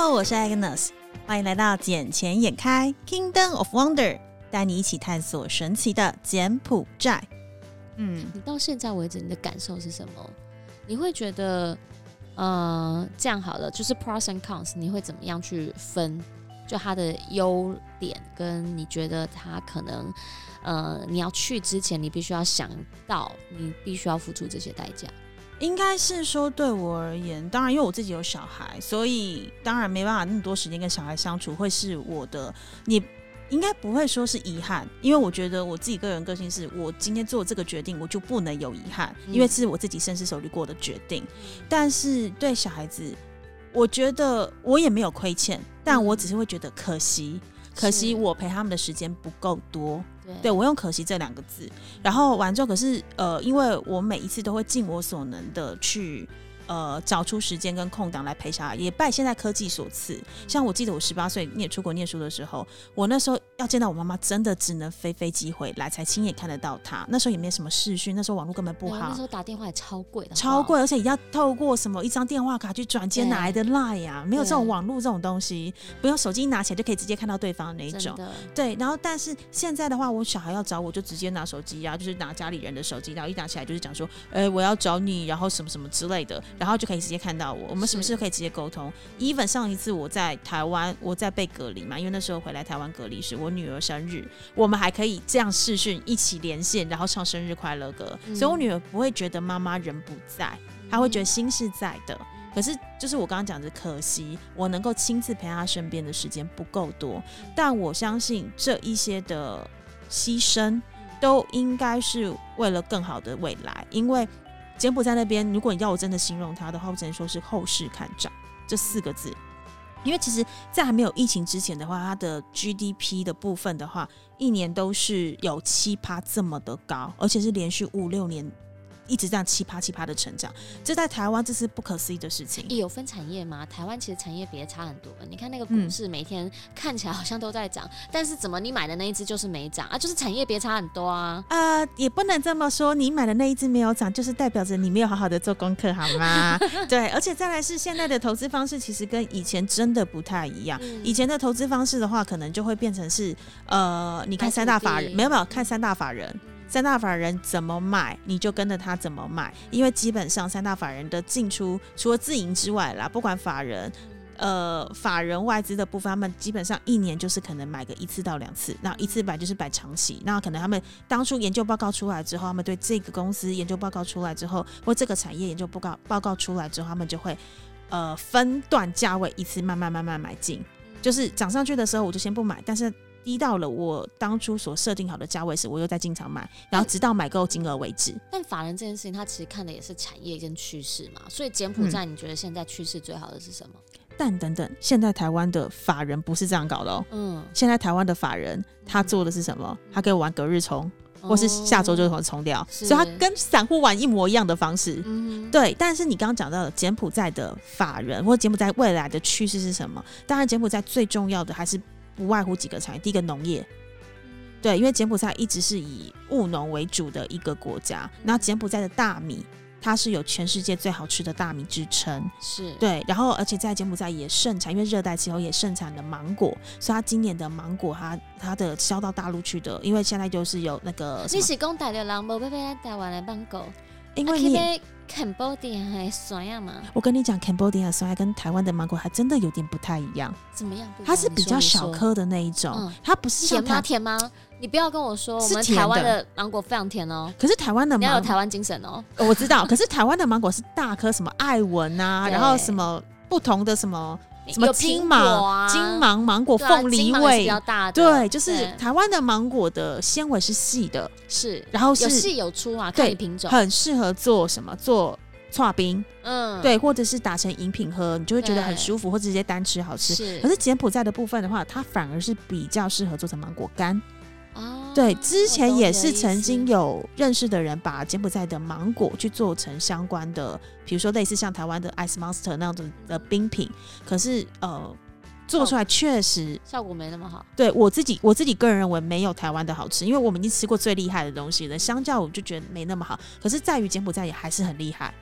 Hello， 我是 Agnes， 欢迎来到眼前眼开 Kingdom of Wonder， 带你一起探索神奇的柬埔寨。 你到现在为止，你的感受是什么？你会觉得，这样好了，就是 pros and cons， 你会怎么样去分？就它的优点，跟你觉得它可能，你要去之前，你必须要想到，你必须要付出这些代价。 应该是说对我而言，当然因为我自己有小孩，所以当然没办法那么多时间跟小孩相处，会是我的，你应该不会说是遗憾，因为我觉得我自己个人个性是，我今天做这个决定，我就不能有遗憾，因为是我自己深思熟虑过的决定。但是对小孩子，我觉得我也没有亏欠，但我只是会觉得可惜我陪他们的时间不够多。对，我用可惜这2个字，然后完之后，可是因为我每一次都会尽我所能的去找出时间跟空档来陪小孩，也拜现在科技所赐。像我记得我18岁出国念书的时候，我那时候要见到我妈妈，真的只能飞机回来才亲眼看得到她。那时候也没什么视讯，那时候网络根本不好， 那时候打电话也超贵的， 超贵，而且也要透过什么一张电话卡去转接哪来的 LINE 啊，没有这种网络这种东西，不用手机拿起来就可以直接看到对方的那一种。对，然后但是现在的话，我小孩要找我就直接拿手机啊，就是拿家里人的手机，然后一拿起来就是讲说，我要找你，然后什么什么之类的。然后就可以直接看到我们什么事可以直接沟通。even 上一次我在台湾，我在被隔离嘛，因为那时候回来台湾隔离是我女儿生日，我们还可以这样视讯一起连线，然后唱生日快乐歌。所以我女儿不会觉得妈妈人不在，她会觉得心是在的。可是就是我刚刚讲的，可惜我能够亲自陪她身边的时间不够多，但我相信这一些的牺牲都应该是为了更好的未来，因为柬埔寨那边，如果你要我真的形容它的话，我只能说是后市看涨这4个字。因为其实在还没有疫情之前的话，它的 GDP 的部分的话，一年都是有 7% 这么的高，而且是连续5-6年一直这样7%的成长，这在台湾这是不可思议的事情。 有分产业吗？台湾其实产业别差很多。你看那个股市每天看起来好像都在涨，但是怎么你买的那一只就是没涨啊？就是产业别差很多啊。 也不能这么说，你买的那一只没有涨，就是代表着你没有好好的做功课，好吗？对，而且再来是现在的投资方式其实跟以前真的不太一样。以前的投资方式的话，可能就会变成是你看3大法人，没有看3大法人。3大法人怎么买，你就跟着他怎么买，因为基本上3大法人的进出，除了自营之外啦，不管法人、外资的部分，他们基本上1年就是可能买个1次到2次，那1次摆就是摆长期。那可能他们当初研究报告出来之后，他们对这个公司研究报告出来之后，或这个产业研究报告出来之后，他们就会分段价位一次慢慢买进，就是涨上去的时候我就先不买，但是低到了我当初所设定好的价位时，我又再进场买，然后直到买够金额为止。 但法人这件事情，它其实看的也是产业跟趋势嘛。所以柬埔寨，你觉得现在趋势最好的是什么？ 但等等，现在台湾的法人不是这样搞的哦。现在台湾的法人他做的是什么？他给我玩隔日冲，或是下周就冲掉，所以他跟散户玩一模一样的方式。对。但是你刚刚讲到的柬埔寨的法人，或柬埔寨未来的趋势是什么？当然，柬埔寨最重要的还是不外乎几个产业。第一个，农业。对，因为柬埔寨一直是以务农为主的一个国家，然后柬埔寨的大米，它是有全世界最好吃的大米之称。 是。对， 然后而且在柬埔寨也盛产，因为热带气候也盛产的芒果，所以它今年的芒果它的销到大陆去的，因为现在就是有那个你是讲台湾人没要来台湾的芒果， 因为你 Cambodia 还酸呀嘛？ 我跟你讲 ，Cambodia 的酸跟台湾的芒果还真的有点不太一样。 怎么样？ 它是比较小颗的那一种，它不是像甜吗？你不要跟我说，我们台湾的芒果非常甜哦。 可是台湾的芒果， 你要有台湾精神哦。 我知道，可是台湾的芒果是大颗，什么爱文啊，然后什么不同的什么金芒芒果、凤梨味， 比较大的。 对，就是台湾的芒果的纤维是细的， 是， 然后是有细有粗啊，看你品种， 很适合做什么做剉冰，对，或者是打成饮品喝，你就会觉得很舒服，或者直接单吃好吃。可是柬埔寨的部分的话，它反而是比较适合做成芒果干。对，之前也是曾经有认识的人把柬埔寨的芒果去做成相关的，比如说类似像台湾的 Ice Monster 那样子的冰品，可是做出来确实效果没那么好。 对，我自己个人认为没有台湾的好吃，因为我们已经吃过最厉害的东西了，相较我就觉得没那么好。可是在于柬埔寨也还是很厉害。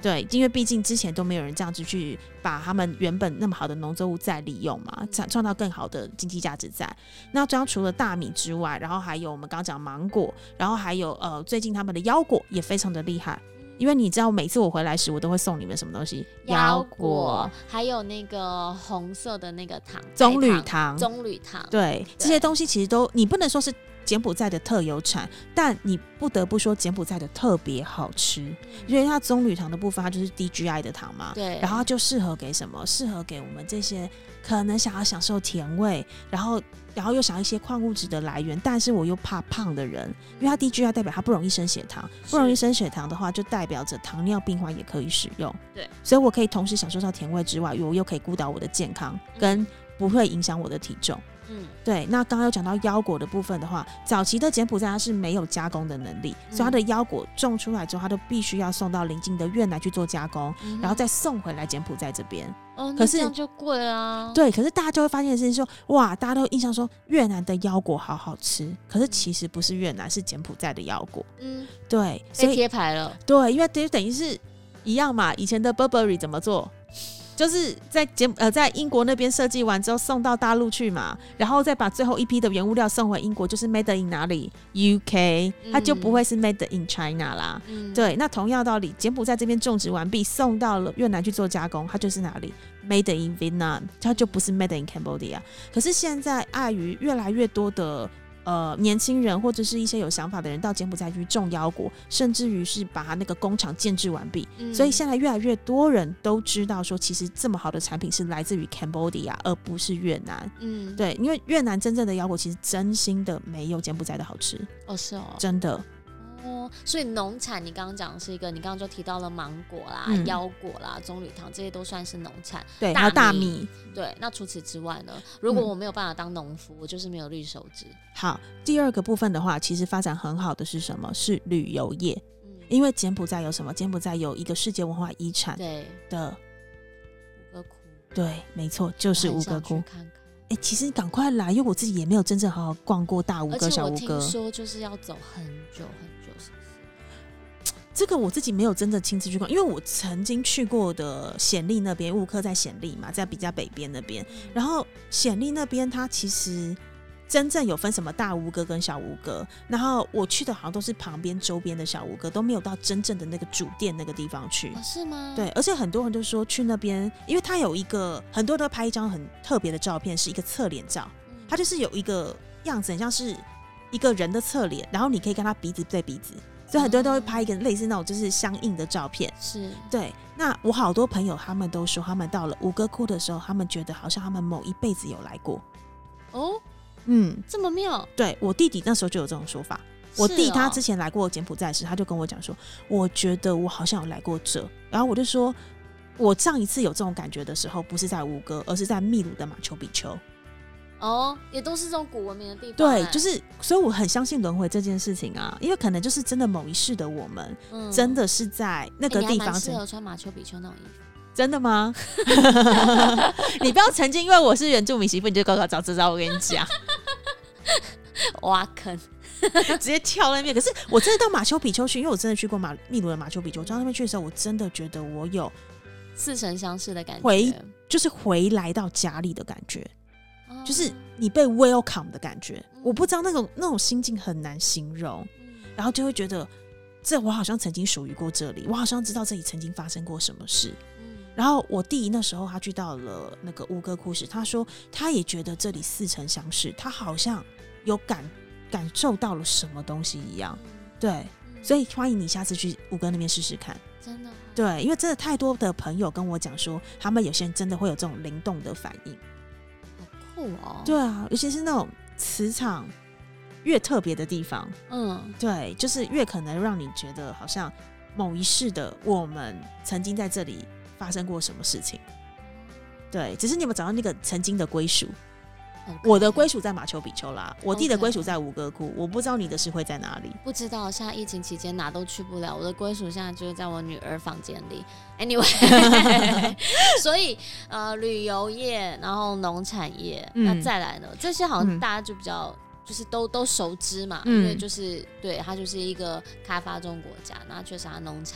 对，因为毕竟之前都没有人这样子去把他们原本那么好的农作物再利用嘛，创造更好的经济价值在。那这样除了大米之外，然后还有我们刚刚讲芒果，然后还有最近他们的腰果也非常的厉害。因为你知道每次我回来时我都会送你们什么东西， 腰果，还有那个红色的那个糖， 棕榈糖，对，这些东西其实都你不能说是柬埔寨的特有产，但你不得不说柬埔寨的特别好吃，因为它棕榈糖的部分它就是 DGI 的糖嘛， 对， 然后它就适合给什么？适合给我们这些可能想要享受甜味，然后又想要一些矿物质的来源，但是我又怕胖的人，因为它 DGI 代表它不容易升血糖，不容易升血糖的话，就代表着糖尿病患也可以使用。 对， 所以我可以同时享受到甜味之外，我又可以顾到我的健康，跟不会影响我的体重。对，那刚刚有讲到腰果的部分的话，早期的柬埔寨它是没有加工的能力，所以它的腰果种出来之后，它都必须要送到邻近的越南去做加工，然后再送回来柬埔寨这边。 可是这样就贵啊。 对，可是大家就会发现的事情说，哇，大家都印象说越南的腰果好好吃，可是其实不是越南，是柬埔寨的腰果。对，所以被贴牌了。 对，因为等于是一样嘛，以前的 Burberry 怎么做？就是在英国那边设计完之后送到大陆去嘛，然后再把最后一批的原物料送回英国，就是 made in 哪里 UK， 它就不会是 made in China 啦。对，那同样道理，柬埔寨这边种植完毕送到了越南去做加工，它就是哪里 made in Vietnam， 它就不是 made in Cambodia。可是现在碍于越来越多的年轻人或者是一些有想法的人到柬埔寨去种腰果，甚至于是把它那个工厂建制完毕，所以现在越来越多人都知道说，其实这么好的产品是来自于 Cambodia 而不是越南。对，因为越南真正的腰果其实真心的没有柬埔寨的好吃。 是哦， 真的。 所以农产你刚刚讲的是一个，你刚刚就提到了芒果啦、腰果啦、棕榈糖，这些都算是农产。 对，还有大米。 对，那除此之外呢？如果我没有办法当农夫，我就是没有绿手指。 好，第二个部分的话，其实发展很好的是什么？是旅游业。因为柬埔寨有什么？柬埔寨有一个世界文化遗产的吴哥窟。 对，没错，就是吴哥窟。其实你赶快来，因为我自己也没有真正好好逛过大吴哥、小吴哥。 而且我听说就是要走很久很久，是不是？ 这个我自己没有真的亲自去逛，因为我曾经去过的暹粒那边，吴哥在暹粒嘛，在比较北边那边。然后暹粒那边它其实真正有分什么大吴哥跟小吴哥，然后我去的好像都是旁边周边的小吴哥，都没有到真正的那个主店那个地方去。 是吗？ 对，而且很多人就说去那边，因为它有一个很多人都拍一张很特别的照片，是一个侧脸照，它就是有一个样子很像是一个人的侧脸，然后你可以跟他鼻子对鼻子，所以很多人都会拍一个类似那种就是相应的照片。 是， 对。那我好多朋友他们都说，他们到了吴哥窟的时候，他们觉得好像他们某一辈子有来过。这么妙。对，我弟弟那时候就有这种说法。我弟他之前来过柬埔寨时，他就跟我讲说，我觉得我好像有来过这。然后我就说，我上一次有这种感觉的时候，不是在吴哥，而是在秘鲁的马丘比丘。 也都是这种古文明的地方。 对，就是所以我很相信轮回这件事情啊，因为可能就是真的某一世的我们，真的是在那个地方。你还蛮适合穿马丘比丘那种衣服。 真的吗？你不要曾经因为我是原住民媳妇你就高高早知道，我跟你讲。 挖坑直接跳那边。可是我真的到马丘比丘去，因为我真的去过秘鲁的马丘比丘，我到那边去的时候，我真的觉得我有似曾相识的感觉， 就是回来到家里的感觉，就是你被 welcome 的感觉。我不知道那种心境很难形容，然后就会觉得我好像曾经属于过这里，我好像知道这里曾经发生过什么事。然后我弟那时候他去到了那个吴哥窟时，他说他也觉得这里似曾相识，他好像有感受到了什么东西一样。对，所以欢迎你下次去吴哥那边试试看。 真的？ 对，因为真的太多的朋友跟我讲说，他们有些人真的会有这种灵动的反应。 好酷哦！ 对啊，尤其是那种磁场越特别的地方，对，就是越可能让你觉得好像某一世的我们曾经在这里发生过什么事情。对，只是你有没有找到那个曾经的归属？我的归属在马丘比丘啦，我弟的归属在吴哥窟，我不知道你的是会在哪里。 不知道，现在疫情期间哪都去不了，我的归属现在就是在我女儿房间里。Anyway， 所以旅游业，然后农产业，那再来呢？这些好像大家就比较就是都熟知嘛，因为就是对它就是一个开发中国家，那确实它农产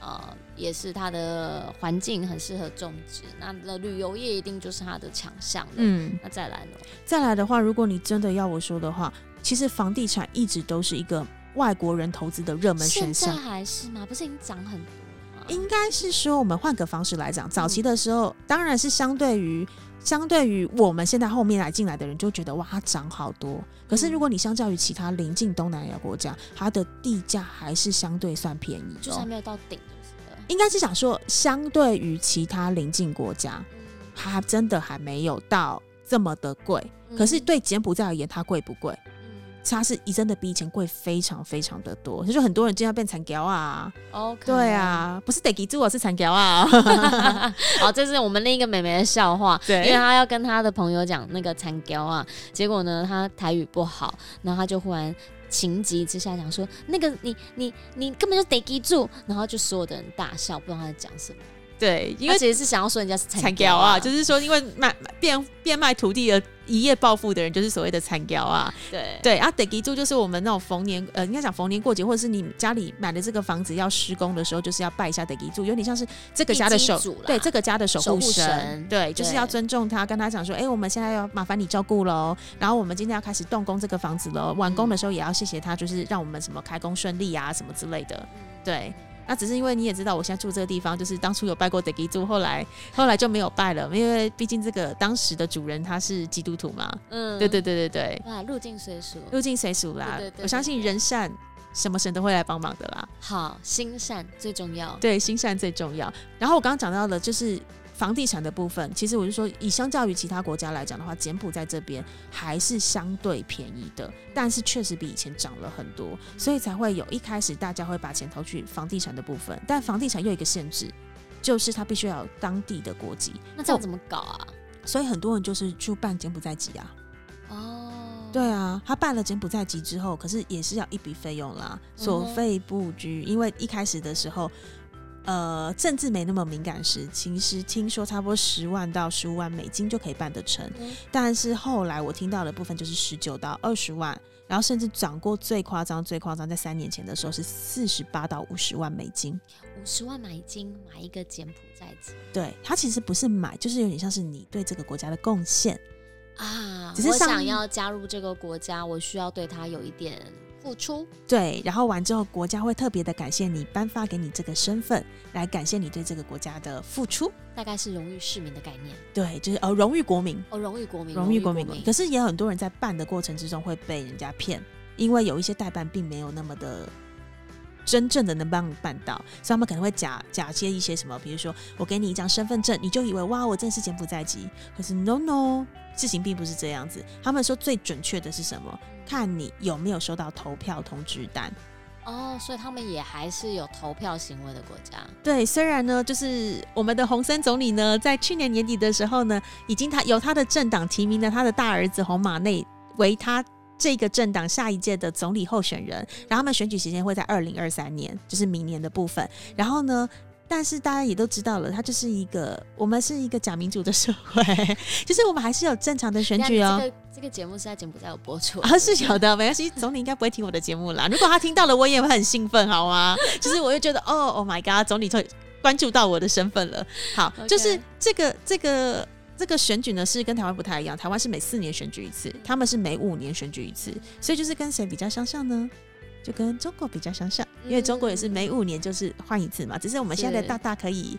也是它的环境很适合种植，那的旅游业一定就是它的强项了。那再来呢？ 再来的话，如果你真的要我说的话，其实房地产一直都是一个外国人投资的热门选项。 现在还是吗？不是已经涨很多了吗？ 应该是说，我们换个方式来讲，早期的时候，当然是相对于我们现在后面进来的人，就觉得哇，它涨好多。可是如果你相较于其他邻近东南亚国家，它的地价还是相对算便宜， 就是还没有到顶，就是应该是想说，相对于其他邻近国家，它真的还没有到这么的贵。可是对柬埔寨而言，它贵不贵？它是真的比以前贵非常非常的多，就是很多人今天要变残条啊。 OK， 对啊，不是得记住我是残条啊。 好，这是我们另一个妹妹的笑话， 对， 因为她要跟她的朋友讲那个残条啊，结果呢，她台语不好，然后她就忽然情急之下讲说，那个你根本就得记住，然后就所有的人大笑，不知道她在讲什么。 对，因为其实是想要说人家是残条啊，就是说因为变卖土地而一夜暴富的人，就是所谓的残条啊。对啊，得记住就是我们那种逢年应该讲逢年过节，或者是你家里买的这个房子要施工的时候，就是要拜一下得记住，有点像是这个家的对这个家的守护神，对，就是要尊重他，跟他讲说，我们现在要麻烦你照顾喽，然后我们今天要开始动工这个房子喽，完工的时候也要谢谢他，就是让我们什么开工顺利啊什么之类的，对。那只是因为你也知道，我现在住这个地方，就是当初有拜过 Degi 住，后来就没有拜了，因为毕竟这个当时的主人他是基督徒嘛。对。 哇，入境随俗啦。对，我相信人善，什么神都会来帮忙的啦。 好，心善最重要。 对，心善最重要。然后我刚刚讲到的就是房地产的部分，其实我就说，以相较于其他国家来讲的话，柬埔寨这边还是相对便宜的，但是确实比以前涨了很多，所以才会有一开始大家会把钱投去房地产的部分。但房地产又有一个限制，就是它必须要有当地的国籍。 那这样怎么搞啊？ 所以很多人就是去办柬埔寨籍啊。对啊，他办了柬埔寨籍之后，可是也是要一笔费用啦，所费不赀。因为一开始的时候政治没那么敏感时，其实听说差不多10万到15万美金就可以办得成，但是后来我听到的部分就是19到20万，然后甚至涨过最夸张在3年前的时候是48到50万美金。 50万美金买一个柬埔寨籍？ 对，它其实不是买，就是有点像是你对这个国家的贡献啊。 只是我想要加入这个国家，我需要对它有一点付出。 对，然后完之后国家会特别的感谢你，颁发给你这个身份，来感谢你对这个国家的付出， 大概是荣誉市民的概念。 对，就是荣誉国民。 荣誉国民。 可是也有很多人在办的过程之中会被人家骗，因为有一些代办并没有那么的真正的能帮你办到，所以他们可能会假借一些什么，比如说我给你一张身份证，你就以为哇我真的是柬埔寨籍，可是 no， 事情并不是这样子。他们说最准确的是什么？看你有没有收到投票通知单。 所以他们也还是有投票行为的国家。 对，虽然呢就是我们的洪森总理呢在去年年底的时候呢，已经由他的政党提名了他的大儿子洪马内为他这个政党下一届的总理候选人，然后他们选举时间会在2023年，就是明年的部分。然后呢，但是大家也都知道了，它就是我们是一个假民主的社会，就是我们还是有正常的选举哦。 这个节目是在柬埔寨有播出是有的，没关系，总理应该不会听我的节目啦。如果他听到了，我也会很兴奋，好吗？就是我就觉得Oh my god， 总理关注到我的身份了。好， okay. 就是这个选举呢是跟台湾不太一样，台湾是每4年选举一次，他们是每5年选举一次，所以就是跟谁比较相像呢？就跟中国比较相像，因为中国也是每5年就是换一次嘛，只是我们现在的大可以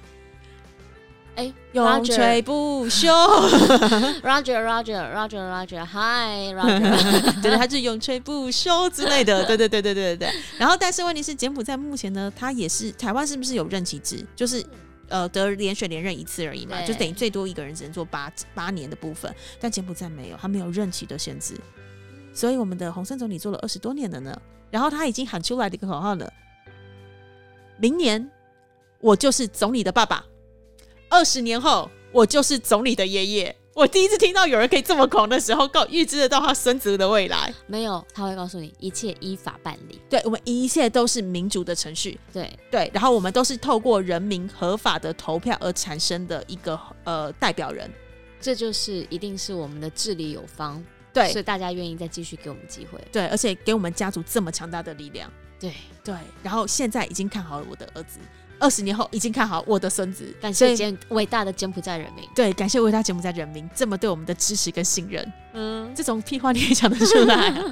永垂不朽。 Roger Hi Roger 对，他是永垂不朽之类的。对。然后但是问题是柬埔寨目前呢，他也是台湾是不是有任期制，就是得连选连任一次而已嘛，就等于最多一个人只能做8年的部分，但柬埔寨没有，他没有任期的限制，所以我们的洪森总理做了20多年了呢，然后他已经喊出来的一个口号了，明年我就是总理的爸爸，20年后我就是总理的爷爷。我第一次听到有人可以这么狂的时候预知得到他孙子的未来。 没有，他会告诉你一切依法办理。 对，我们一切都是民主的程序。对，然后我们都是透过人民合法的投票而产生的一个代表人。 这就是一定是我们的治理有方。 对， 所以大家愿意再继续给我们机会。 对，而且给我们家族这么强大的力量。 对， 然后现在已经看好了我的儿子 20年后已经看好我的孙子。 感谢伟大的柬埔寨人民， 对，感谢伟大柬埔寨人民这么对我们的支持跟信任。这种屁话你也讲得出来啊？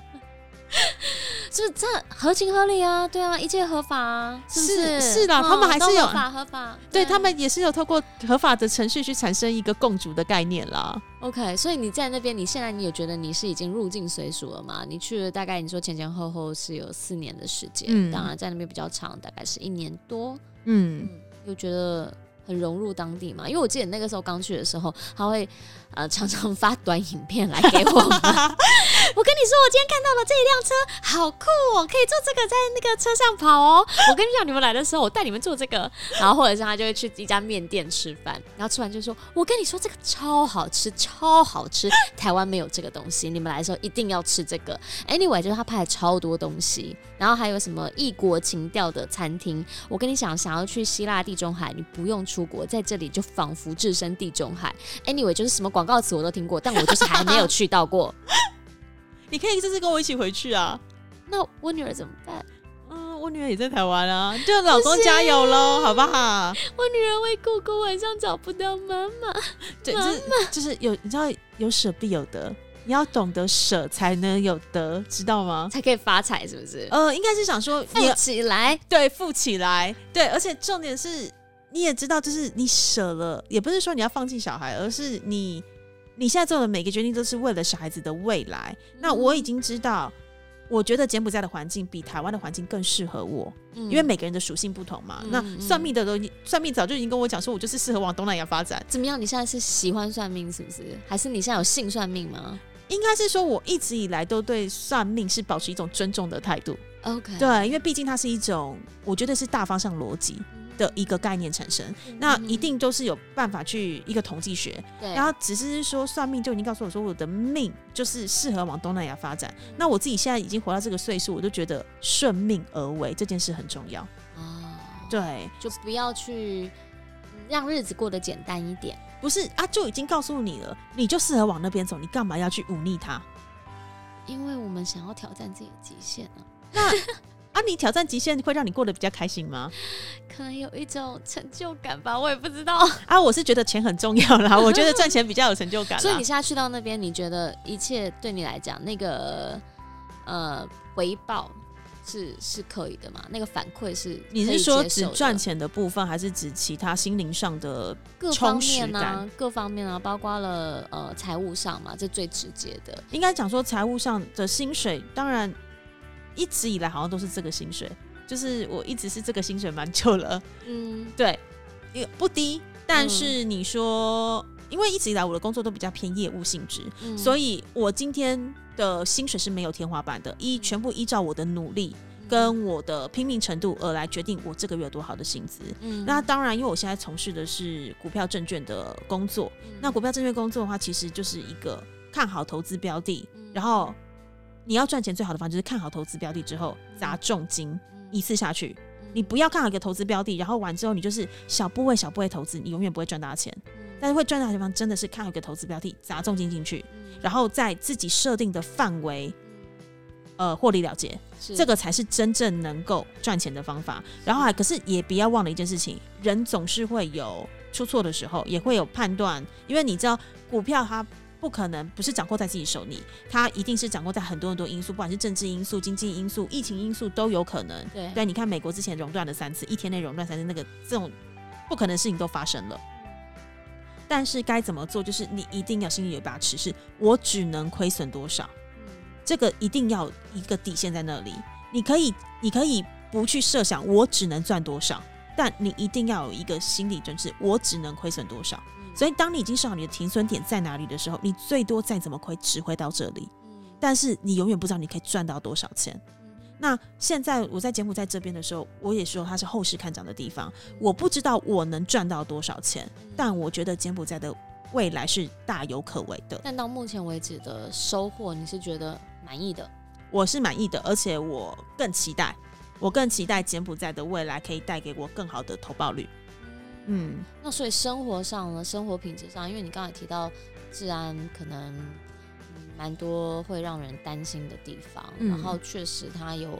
就是这合情合理啊，对啊，一切合法啊，是不是？ 是的，他们还是有合法， 对，他们也是有透过合法的程序去产生一个共主的概念啦。 OK， 所以你在那边，你现在你也觉得你是已经入境随俗了吗？你去了大概你说前后后是有4年的时间，当然在那边比较长，大概是1年多。又觉得很融入当地嘛，因为我记得那个时候刚去的时候，他会常常发短影片来给我们。我跟你说，我今天看到了这一辆车，好酷哦，可以坐这个在那个车上跑哦。我跟你讲，你们来的时候，我带你们坐这个。然后或者是他就会去一家面店吃饭，然后吃完就说：“我跟你说，这个超好吃，超好吃，台湾没有这个东西，你们来的时候一定要吃这个。” Anyway， 就是他拍了超多东西，然后还有什么异国情调的餐厅。我跟你讲，想要去希腊地中海，你不用出国，在这里就仿佛置身地中海。Anyway， 就是什么广告词我都听过，但我就是还没有去到过。 你可以这次跟我一起回去啊。 那我女儿怎么办？ 我女儿也在台湾啊，就老公加油咯，好不好？ 我女儿会哭哭，晚上找不到妈妈。 对，就是有，你知道有舍必有得，你要懂得舍才能有得，知道吗？ 才可以发财，是不是？ 应该是想说富起来， 对，富起来，对，而且重点是你也知道，就是你舍了，也不是说你要放弃小孩，而是你现在做的每个决定都是为了小孩子的未来。那我已经知道，我觉得柬埔寨的环境比台湾的环境更适合我，因为每个人的属性不同嘛。那算命早就已经跟我讲说，我就是适合往东南亚发展。 怎么样？你现在是喜欢算命是不是？还是你现在有信算命吗？ 应该是说，我一直以来都对算命是保持一种尊重的态度。 OK， 对，因为毕竟它是一种，我觉得是大方向逻辑的一个概念产生，那一定都是有办法去一个统计学，然后只是说算命就已经告诉我说我的命就是适合往东南亚发展。那我自己现在已经活到这个岁数，我就觉得顺命而为这件事很重要。对， 就不要去让日子过得简单一点。 不是啊，就已经告诉你了，你就适合往那边走，你干嘛要去忤逆它？ 因为我们想要挑战自己的极限啊。 那你挑战极限会让你过得比较开心吗？ 可能有一种成就感吧，我也不知道啊。我是觉得钱很重要啦，我觉得赚钱比较有成就感啦。 所以你现在去到那边，你觉得一切对你来讲，那个回报是可以的吗？那个反馈是你是说只赚钱的部分，还是指其他心灵上的充实感？ 各方面啊，包括了财务上嘛，这最直接的。 应该讲说财务上的薪水，当然一直以来好像都是这个薪水，就是我一直是这个薪水蛮久了。对，不低，但是你说，因为一直以来我的工作都比较偏业务性质，所以我今天的薪水是没有天花板的，全部依照我的努力跟我的拼命程度而来决定我这个月有多好的薪资。那当然，因为我现在从事的是股票证券的工作，那股票证券工作的话，其实就是一个看好投资标的，然后你要赚钱最好的方式就是看好投资标的之后砸重金一次下去。你不要看好一个投资标的，然后完之后你就是小部位投资，你永远不会赚大钱。但是会赚大钱的地方真的是看好一个投资标的，砸重金进去，然后在自己设定的范围获利了结，这个才是真正能够赚钱的方法。然后可是也不要忘了一件事情，人总是会有出错的时候，也会有判断，因为你知道股票它不可能不是掌握在自己手里，它一定是掌握在很多很多因素，不管是政治因素、经济因素、疫情因素都有可能。对，你看美国之前熔断了3次，一天内熔断3次，这种不可能的事情都发生了。但是该怎么做，就是你一定要心里有一把尺，是我只能亏损多少，这个一定要一个底线在那里。你可以不去设想我只能赚多少，但你一定要有一个心理准是我只能亏损多少。所以当你已经设好你的停损点在哪里的时候，你最多再怎么亏只会到这里，但是你永远不知道你可以赚到多少钱。那现在我在柬埔寨这边的时候，我也说它是后市看涨的地方，我不知道我能赚到多少钱，但我觉得柬埔寨的未来是大有可为的。 但到目前为止的收获，你是觉得满意的？ 我是满意的，而且我更期待柬埔寨的未来可以带给我更好的投报率。 那所以生活上呢，生活品质上，因为你刚才提到治安可能蛮多会让人担心的地方，然后确实它有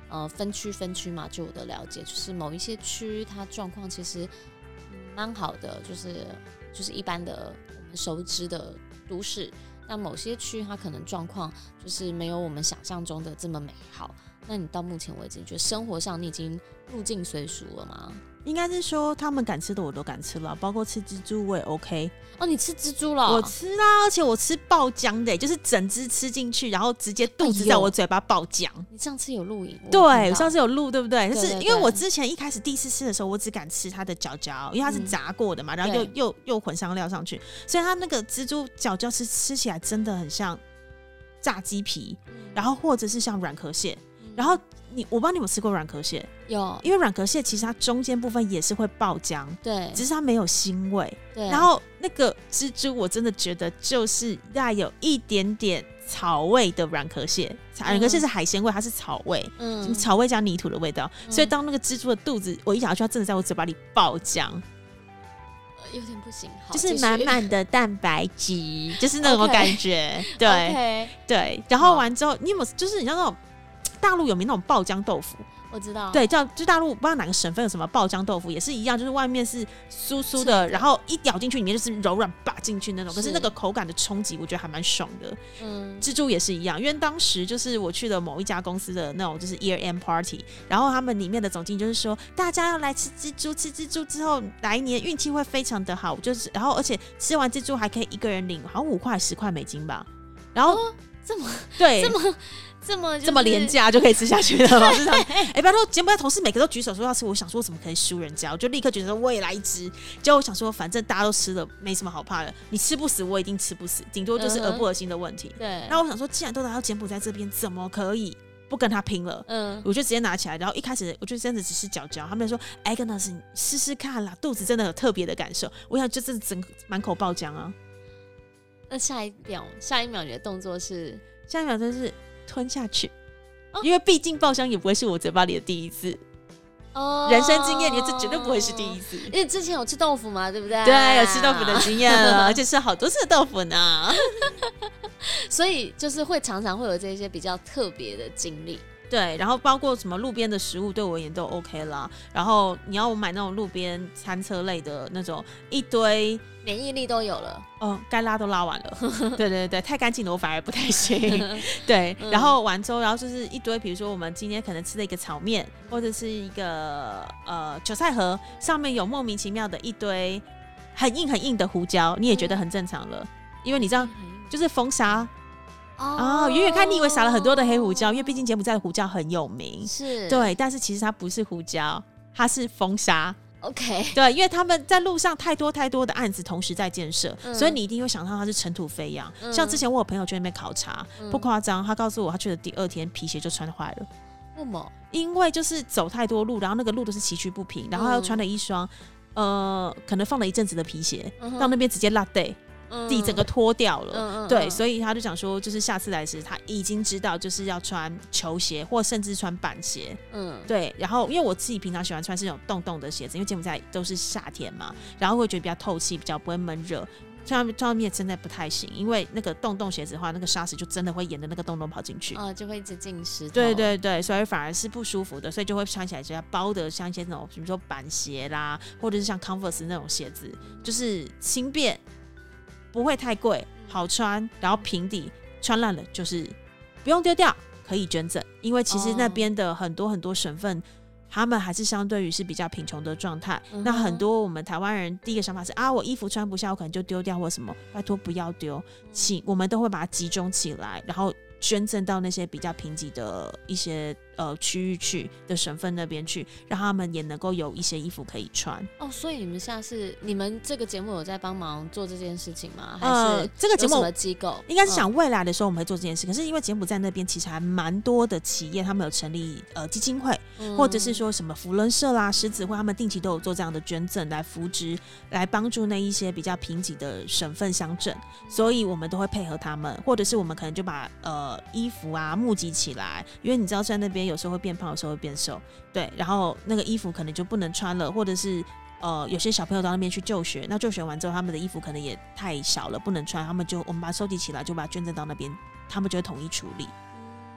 分区嘛，就我的了解，就是某一些区它状况其实蛮好的，就是一般的我们熟知的都市，但某些区它可能状况就是没有我们想象中的这么美好。那你到目前为止，你觉得生活上你已经入境随俗了吗？ 应该是说他们敢吃的我都敢吃了，包括吃蜘蛛我也 OK。 哦，你吃蜘蛛了？ 我吃啦，而且我吃爆浆的，就是整只吃进去，然后直接肚子在我嘴巴爆浆。 你上次有录影？ 对，我上次有录，对不对？就是因为我之前一开始第一次吃的时候，我只敢吃它的角角，因为它是炸过的嘛，然后又混香料上去，所以它那个蜘蛛角角吃起来真的很像炸鸡皮，然后或者是像软壳蟹，然后我不知道你有没有吃过软壳蟹？ 有， 因为软壳蟹其实它中间部分也是会爆浆， 对， 只是它没有腥味。 对， 然后那个蜘蛛我真的觉得就是带有一点点草味的软壳蟹，软壳蟹是海鲜味，它是草味，草味加泥土的味道，所以当那个蜘蛛的肚子我一咬下去，它真的在我嘴巴里爆浆。 有点不行， 就是满满的蛋白质，就是那种感觉。对、 okay. 对，然后完之后，你有没有就是你像那种大陆有名那种爆浆豆腐？ 我知道， 对，就大陆不知道哪个省份有什么爆浆豆腐，也是一样，就是外面是酥酥的，然后一咬进去里面就是柔软拔进去那种，可是那个口感的冲击我觉得还蛮爽的。蜘蛛也是一样，因为当时就是我去了某一家公司的那种就是 year end party， 然后他们里面的总经理就是说大家要来吃蜘蛛，吃蜘蛛之后来年运气会非常的好，就是然后而且吃完蜘蛛还可以一个人领好像5块10块美金吧，然后、 这么对这么廉价就可以吃下去的吗？拜托，柬埔寨同事每个都举手说要吃，我想说怎么可以输人家，我就立刻觉得我也来一只。结果我想说，反正大家都吃了，没什么好怕的。你吃不死，我一定吃不死，顶多就是恶不恶心的问题。 对。 那我想说，既然都来到柬埔寨这边，怎么可以不跟他拼了？我就直接拿起来，然后一开始我就真的只是嚼嚼，他们就说：“Agnes，你试试看啦，肚子真的有特别的感受。”我想就是整满口爆浆啊。 那下一秒你的动作是？ 下一秒就是吞下去。因为毕竟爆香也不会是我嘴巴里的第一次，人生经验里这绝对不会是第一次。 因为之前有吃豆腐嘛，对不对？ 对，有吃豆腐的经验了，而且吃好多次的豆腐呢。 所以就是会常常会有这些比较特别的经历。 对，然后包括什么路边的食物对我而言都 OK 啦。然后你要我买那种路边餐车类的那种一堆， 免疫力都有了， 该拉都拉完了。对对对，太干净了我反而不太行。对，然后完之后，然后就是一堆，比如说我们今天可能吃了一个炒面，或者是一个韭菜盒，上面有莫名其妙的一堆很硬的胡椒，你也觉得很正常了，因为你知道就是封杀。远远看你以为撒了很多的黑胡椒，因为毕竟柬埔寨的胡椒很有名， 是对，但是其实它不是胡椒，它是封杀。 OK， 对，因为他们在路上太多的案子同时在建设，所以你一定会想到它是尘土飞扬。像之前我有朋友去那边考察，不夸张，他告诉我他去的第2天皮鞋就穿坏了。 为什么？ 因为就是走太多路，然后那个路都是崎岖不平，然后他又穿了一双可能放了一阵子的皮鞋，到那边直接落地。地整个脱掉了，对，所以他就讲说，就是下次来时他已经知道就是要穿球鞋或甚至穿板鞋，对。然后因为我自己平常喜欢穿是那种洞洞的鞋子，因为柬埔寨都是夏天嘛，然后会觉得比较透气，比较不会闷热。穿外面真的不太行，因为那个洞鞋子的话，那个沙石就真的会沿着那个洞跑进去， 就会一直进石头。 对对对，所以反而是不舒服的，所以就会穿起来就要包的像一些那种，比如说板鞋啦，或者是像 Converse 那种鞋子，就是轻便。不会太贵，好穿，然后平底，穿烂了就是不用丢掉，可以捐赠。因为其实那边的很多省份，他们还是相对于是比较贫穷的状态。那很多我们台湾人第一个想法是我衣服穿不下，我可能就丢掉或什么，拜托不要丢，我们都会把它集中起来，然后捐赠到那些比较贫瘠的一些区域去的省份那边去，让他们也能够有一些衣服可以穿。 所以你们这个节目有在帮忙做这件事情吗？还是这个节目有什么机构？ 应该是想未来的时候我们会做这件事。可是因为柬埔寨那边其实还蛮多的企业，他们有成立基金会，或者是说什么扶轮社啦、狮子会，他们定期都有做这样的捐赠来扶植、来帮助那一些比较贫瘠的省份乡镇，所以我们都会配合他们，或者是我们可能就把衣服募集起来，因为你知道在那边有时候会变胖，有时候会变瘦，对，然后那个衣服可能就不能穿了，或者是有些小朋友到那边去就学，那就学完之后他们的衣服可能也太小了不能穿，我们把它收集起来，就把它捐赠到那边，他们就会统一处理。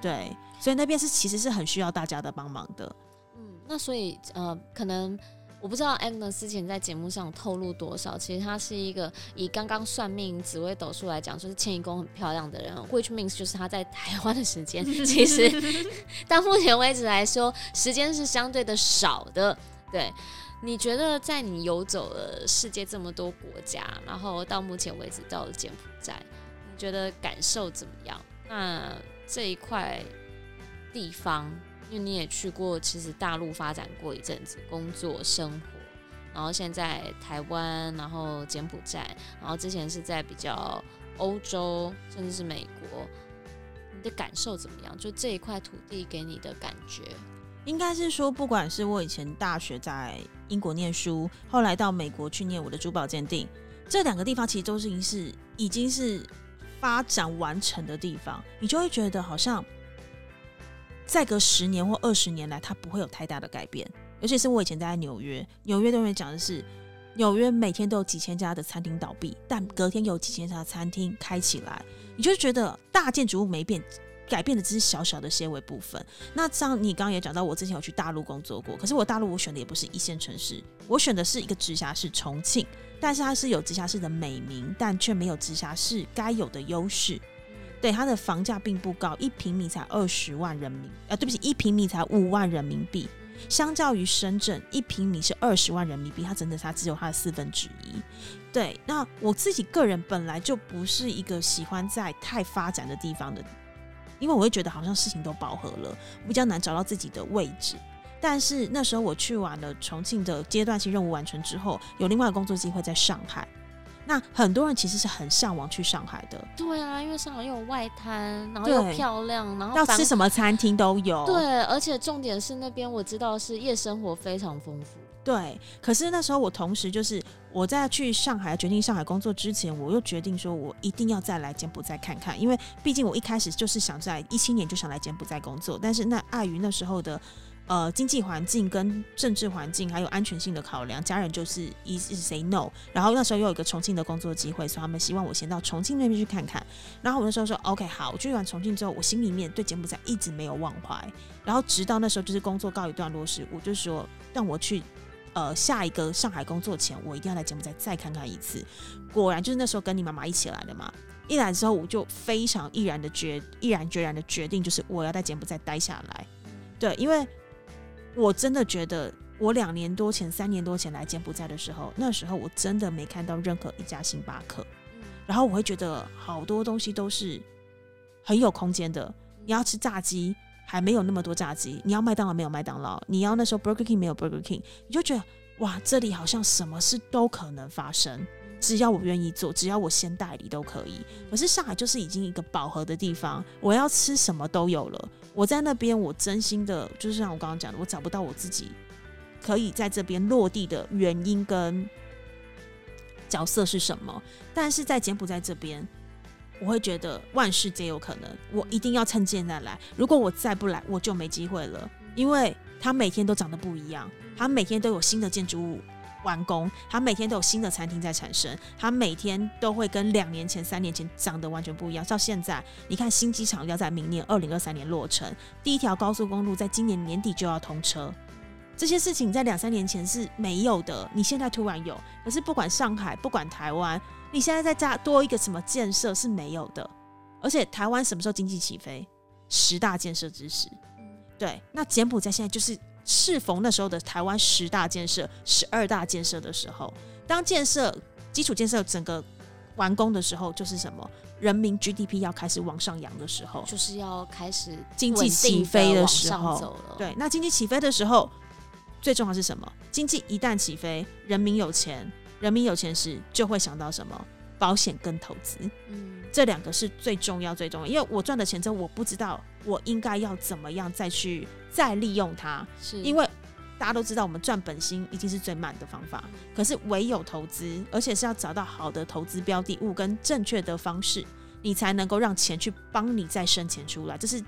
对，所以那边其实是很需要大家的帮忙的。 那所以可能我不知道 Agnes 之前在节目上透露多少，其实他是一个以刚刚算命紫微斗数来讲，就是迁移宫很漂亮的人 ，which means 就是他在台湾的时间，其实到目前为止来说，时间是相对的少的。对，你觉得在你游走了世界这么多国家，然后到目前为止到了柬埔寨，你觉得感受怎么样？那这一块地方，因为你也去过，其实大陆发展过一阵子，工作生活，然后现在台湾，然后柬埔寨，然后之前是在比较欧洲，甚至是美国，你的感受怎么样？就这一块土地给你的感觉？ 应该是说，不管是我以前大学在英国念书，后来到美国去念我的珠宝鉴定，这两个地方其实都是已经是发展完成的地方，你就会觉得好像再隔10年或20年来，它不会有太大的改变。尤其是我以前在纽约，纽约都会讲的是，纽约每天都有几千家的餐厅倒闭，但隔天有几千家的餐厅开起来，你就觉得大建筑物没变。改变的只是小小的些微部分。那像你刚刚也讲到，我之前有去大陆工作过，可是我大陆我选的也不是一线城市，我选的是一个直辖市重庆，但是它是有直辖市的美名，但却没有直辖市该有的优势。对，它的房价并不高，1平米才20万人民对不起，1平米才5万人民币，相较于深圳1平米是20万人民币，它真的只有它的1/4。对，那我自己个人本来就不是一个喜欢在太发展的地方的，因为我会觉得好像事情都饱和了，比较难找到自己的位置。但是那时候我去完了重庆的阶段性任务完成之后，有另外的工作机会在上海。那很多人其实是很向往去上海的。 对啊，因为上海又有外滩，然后又漂亮，然后要吃什么餐厅都有。 对，而且重点是那边我知道是夜生活非常丰富。 对，可是那时候我同时就是我在去上海决定上海工作之前，我又决定说我一定要再来柬埔寨看看，因为毕竟我一开始就是想在17年就想来柬埔寨工作，但是那碍于那时候的经济环境跟政治环境还有安全性的考量，家人就是一直 say no。 然后那时候又有一个重庆的工作机会，所以他们希望我先到重庆那边去看看。然后我那时候说 OK 好，我去完重庆之后，我心里面对柬埔寨一直没有忘怀。然后直到那时候就是工作告一段落时，我就说让我去下一个上海工作前，我一定要来柬埔寨再看看一次。果然就是那时候跟你妈妈一起来的嘛，一来之后我就非常毅然决然的决定，就是我要在柬埔寨待下来。对，因为我真的觉得我2年多前3年多前来柬埔寨的时候，那时候我真的没看到任何一家星巴克，然后我会觉得好多东西都是很有空间的。你要吃炸鸡还没有那么多炸鸡，你要麦当劳没有麦当劳，你要那时候 Burger King 没有 Burger King， 你就觉得哇，这里好像什么事都可能发生，只要我愿意做，只要我先代理都可以。可是上海就是已经一个饱和的地方，我要吃什么都有了。我在那边我真心的就是像我刚刚讲的，我找不到我自己可以在这边落地的原因跟角色是什么。但是在柬埔寨这边，我会觉得万事皆有可能，我一定要趁现在来，如果我再不来我就没机会了。因为它每天都长得不一样，它每天都有新的建筑物完工，它每天都有新的餐厅在产生，它每天都会跟2年前3年前长得完全不一样。到现在你看新机场要在明年2023年落成，第1条高速公路在今年年底就要通车，这些事情在2-3年前是没有的，你现在突然有。可是不管上海不管台湾，你现在再加多一个什么建设是没有的。而且台湾什么时候经济起飞？10大建设之时。对，那柬埔寨现在就是适逢那时候的台湾10大建设、12大建设的时候。当建设基础建设整个完工的时候，就是什么？人民 GDP 要开始往上扬的时候， 就是要开始经济起飞的时候。 走了。 对，那经济起飞的时候，最重要是什么？经济一旦起飞，人民有钱，人民有钱时就会想到什么？保险跟投资。这2个是最重要。因为我赚的钱之后，我不知道我应该要怎么样再利用它。因为大家都知道我们赚本薪一定是最慢的方法，可是唯有投资，而且是要找到好的投资标的物跟正确的方式，你才能够让钱去帮你再生钱出来。这是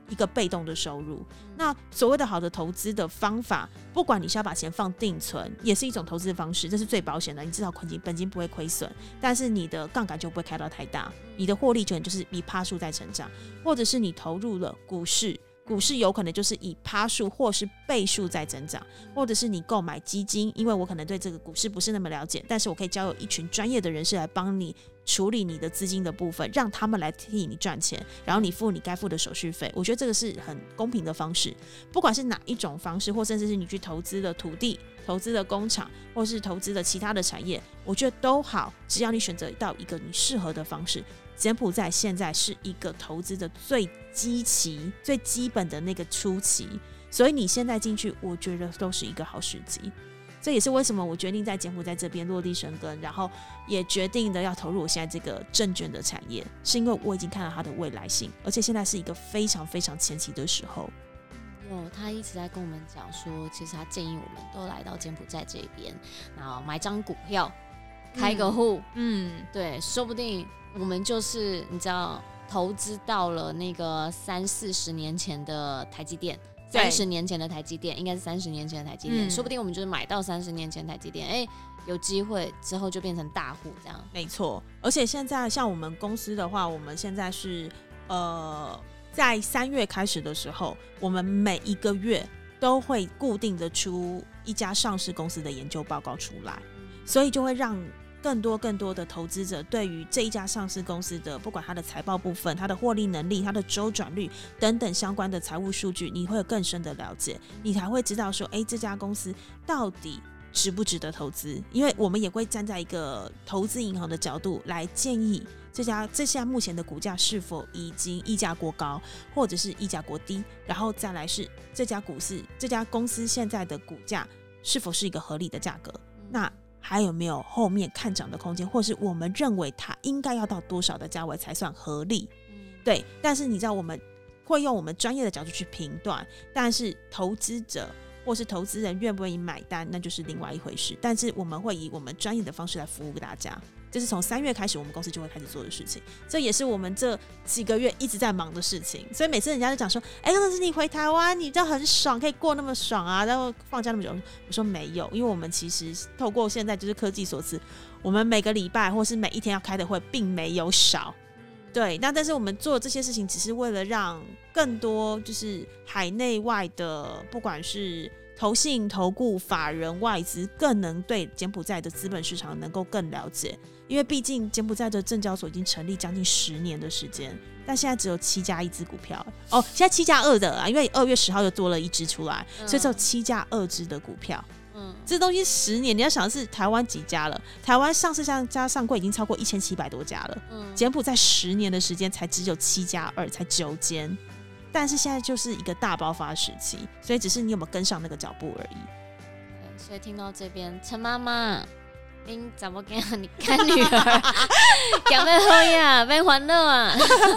一个被动的收入。那所谓的好的投资的方法，不管你是要把钱放定存，也是一种投资的方式，这是最保险的，你至少本金不会亏损，但是你的杠杆就不会开到太大，你的获利可能就是以趴数在成长，或者是你投入了股市有可能就是以趴数或是倍数在增长，或者是你购买基金，因为我可能对这个股市不是那么了解，但是我可以交由一群专业的人士来帮你处理你的资金的部分，让他们来替你赚钱，然后你付你该付的手续费。我觉得这个是很公平的方式，不管是哪一种方式，或甚至是你去投资的土地、投资的工厂，或是投资的其他的产业，我觉得都好，只要你选择到一个你适合的方式。柬埔寨现在是一个投资的最基本的那个初期，所以你现在进去，我觉得都是一个好时机。这也是为什么我决定在柬埔寨这边落地生根，然后也决定的要投入我现在这个证券的产业，是因为我已经看到它的未来性，而且现在是一个非常非常前期的时候。 他一直在跟我们讲说，其实他建议我们都来到柬埔寨这边，然后买张股票，开个户，对，说不定我们就是你知道，投资到了那个30-40年前的台积电，30年前的台积电，应该是30年前的台积电，说不定我们就是买到30年前的台积电，有机会之后就变成大户这样。 没错，而且现在像我们公司的话，我们现在是在3月开始的时候，我们每一个月都会固定的出一家上市公司的研究报告出来，所以就会让更多的投资者对于这一家上市公司的不管它的财报部分、它的获利能力、它的周转率等等相关的财务数据，你会有更深的了解，你才会知道说这家公司到底值不值得投资。因为我们也会站在一个投资银行的角度来建议这家目前的股价是否已经溢价过高，或者是溢价过低，然后再来是这家公司现在的股价是否是一个合理的价格，那还有没有后面看涨的空间，或是我们认为它应该要到多少的价位才算合理。对，但是你知道我们会用我们专业的角度去评断，但是投资者或是投资人愿不愿意买单那就是另外一回事，但是我们会以我们专业的方式来服务大家，这是从3月开始我们公司就会开始做的事情，这也是我们这几个月一直在忙的事情。所以每次人家就讲说可是你回台湾你这样很爽，可以过那么爽啊，然后放假那么久，我说没有，因为我们其实透过现在就是科技所赐，我们每个礼拜或是每一天要开的会并没有少。对，但是我们做这些事情只是为了让更多就是海内外的不管是投信、投顾、法人、外资更能对柬埔寨的资本市场能够更了解，因为毕竟柬埔寨的证交所已经成立将近10年的时间，但现在只有7+1支股票现在7+2的啦，因为2月10号又多了1支出来，所以只有7+2支的股票。这东西10年，你要想的是台湾几家了？台湾上市加上柜已经超过1700多家了。柬埔寨10年的时间才只有7+2，才9间，但是现在就是一个大爆发时期，所以只是你有没有跟上那个脚步而已。 所以听到这边，陈妈妈，你怎么跟你看女儿？要不要喝呀？要欢乐啊！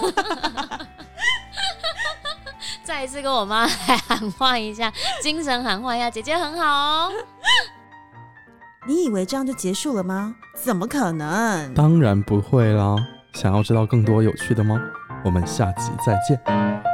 再一次跟我妈来喊话一下，精神喊话一下，姐姐很好哦。 你以为这样就结束了吗？怎么可能？ 当然不会啦！想要知道更多有趣的吗？我们下集再见。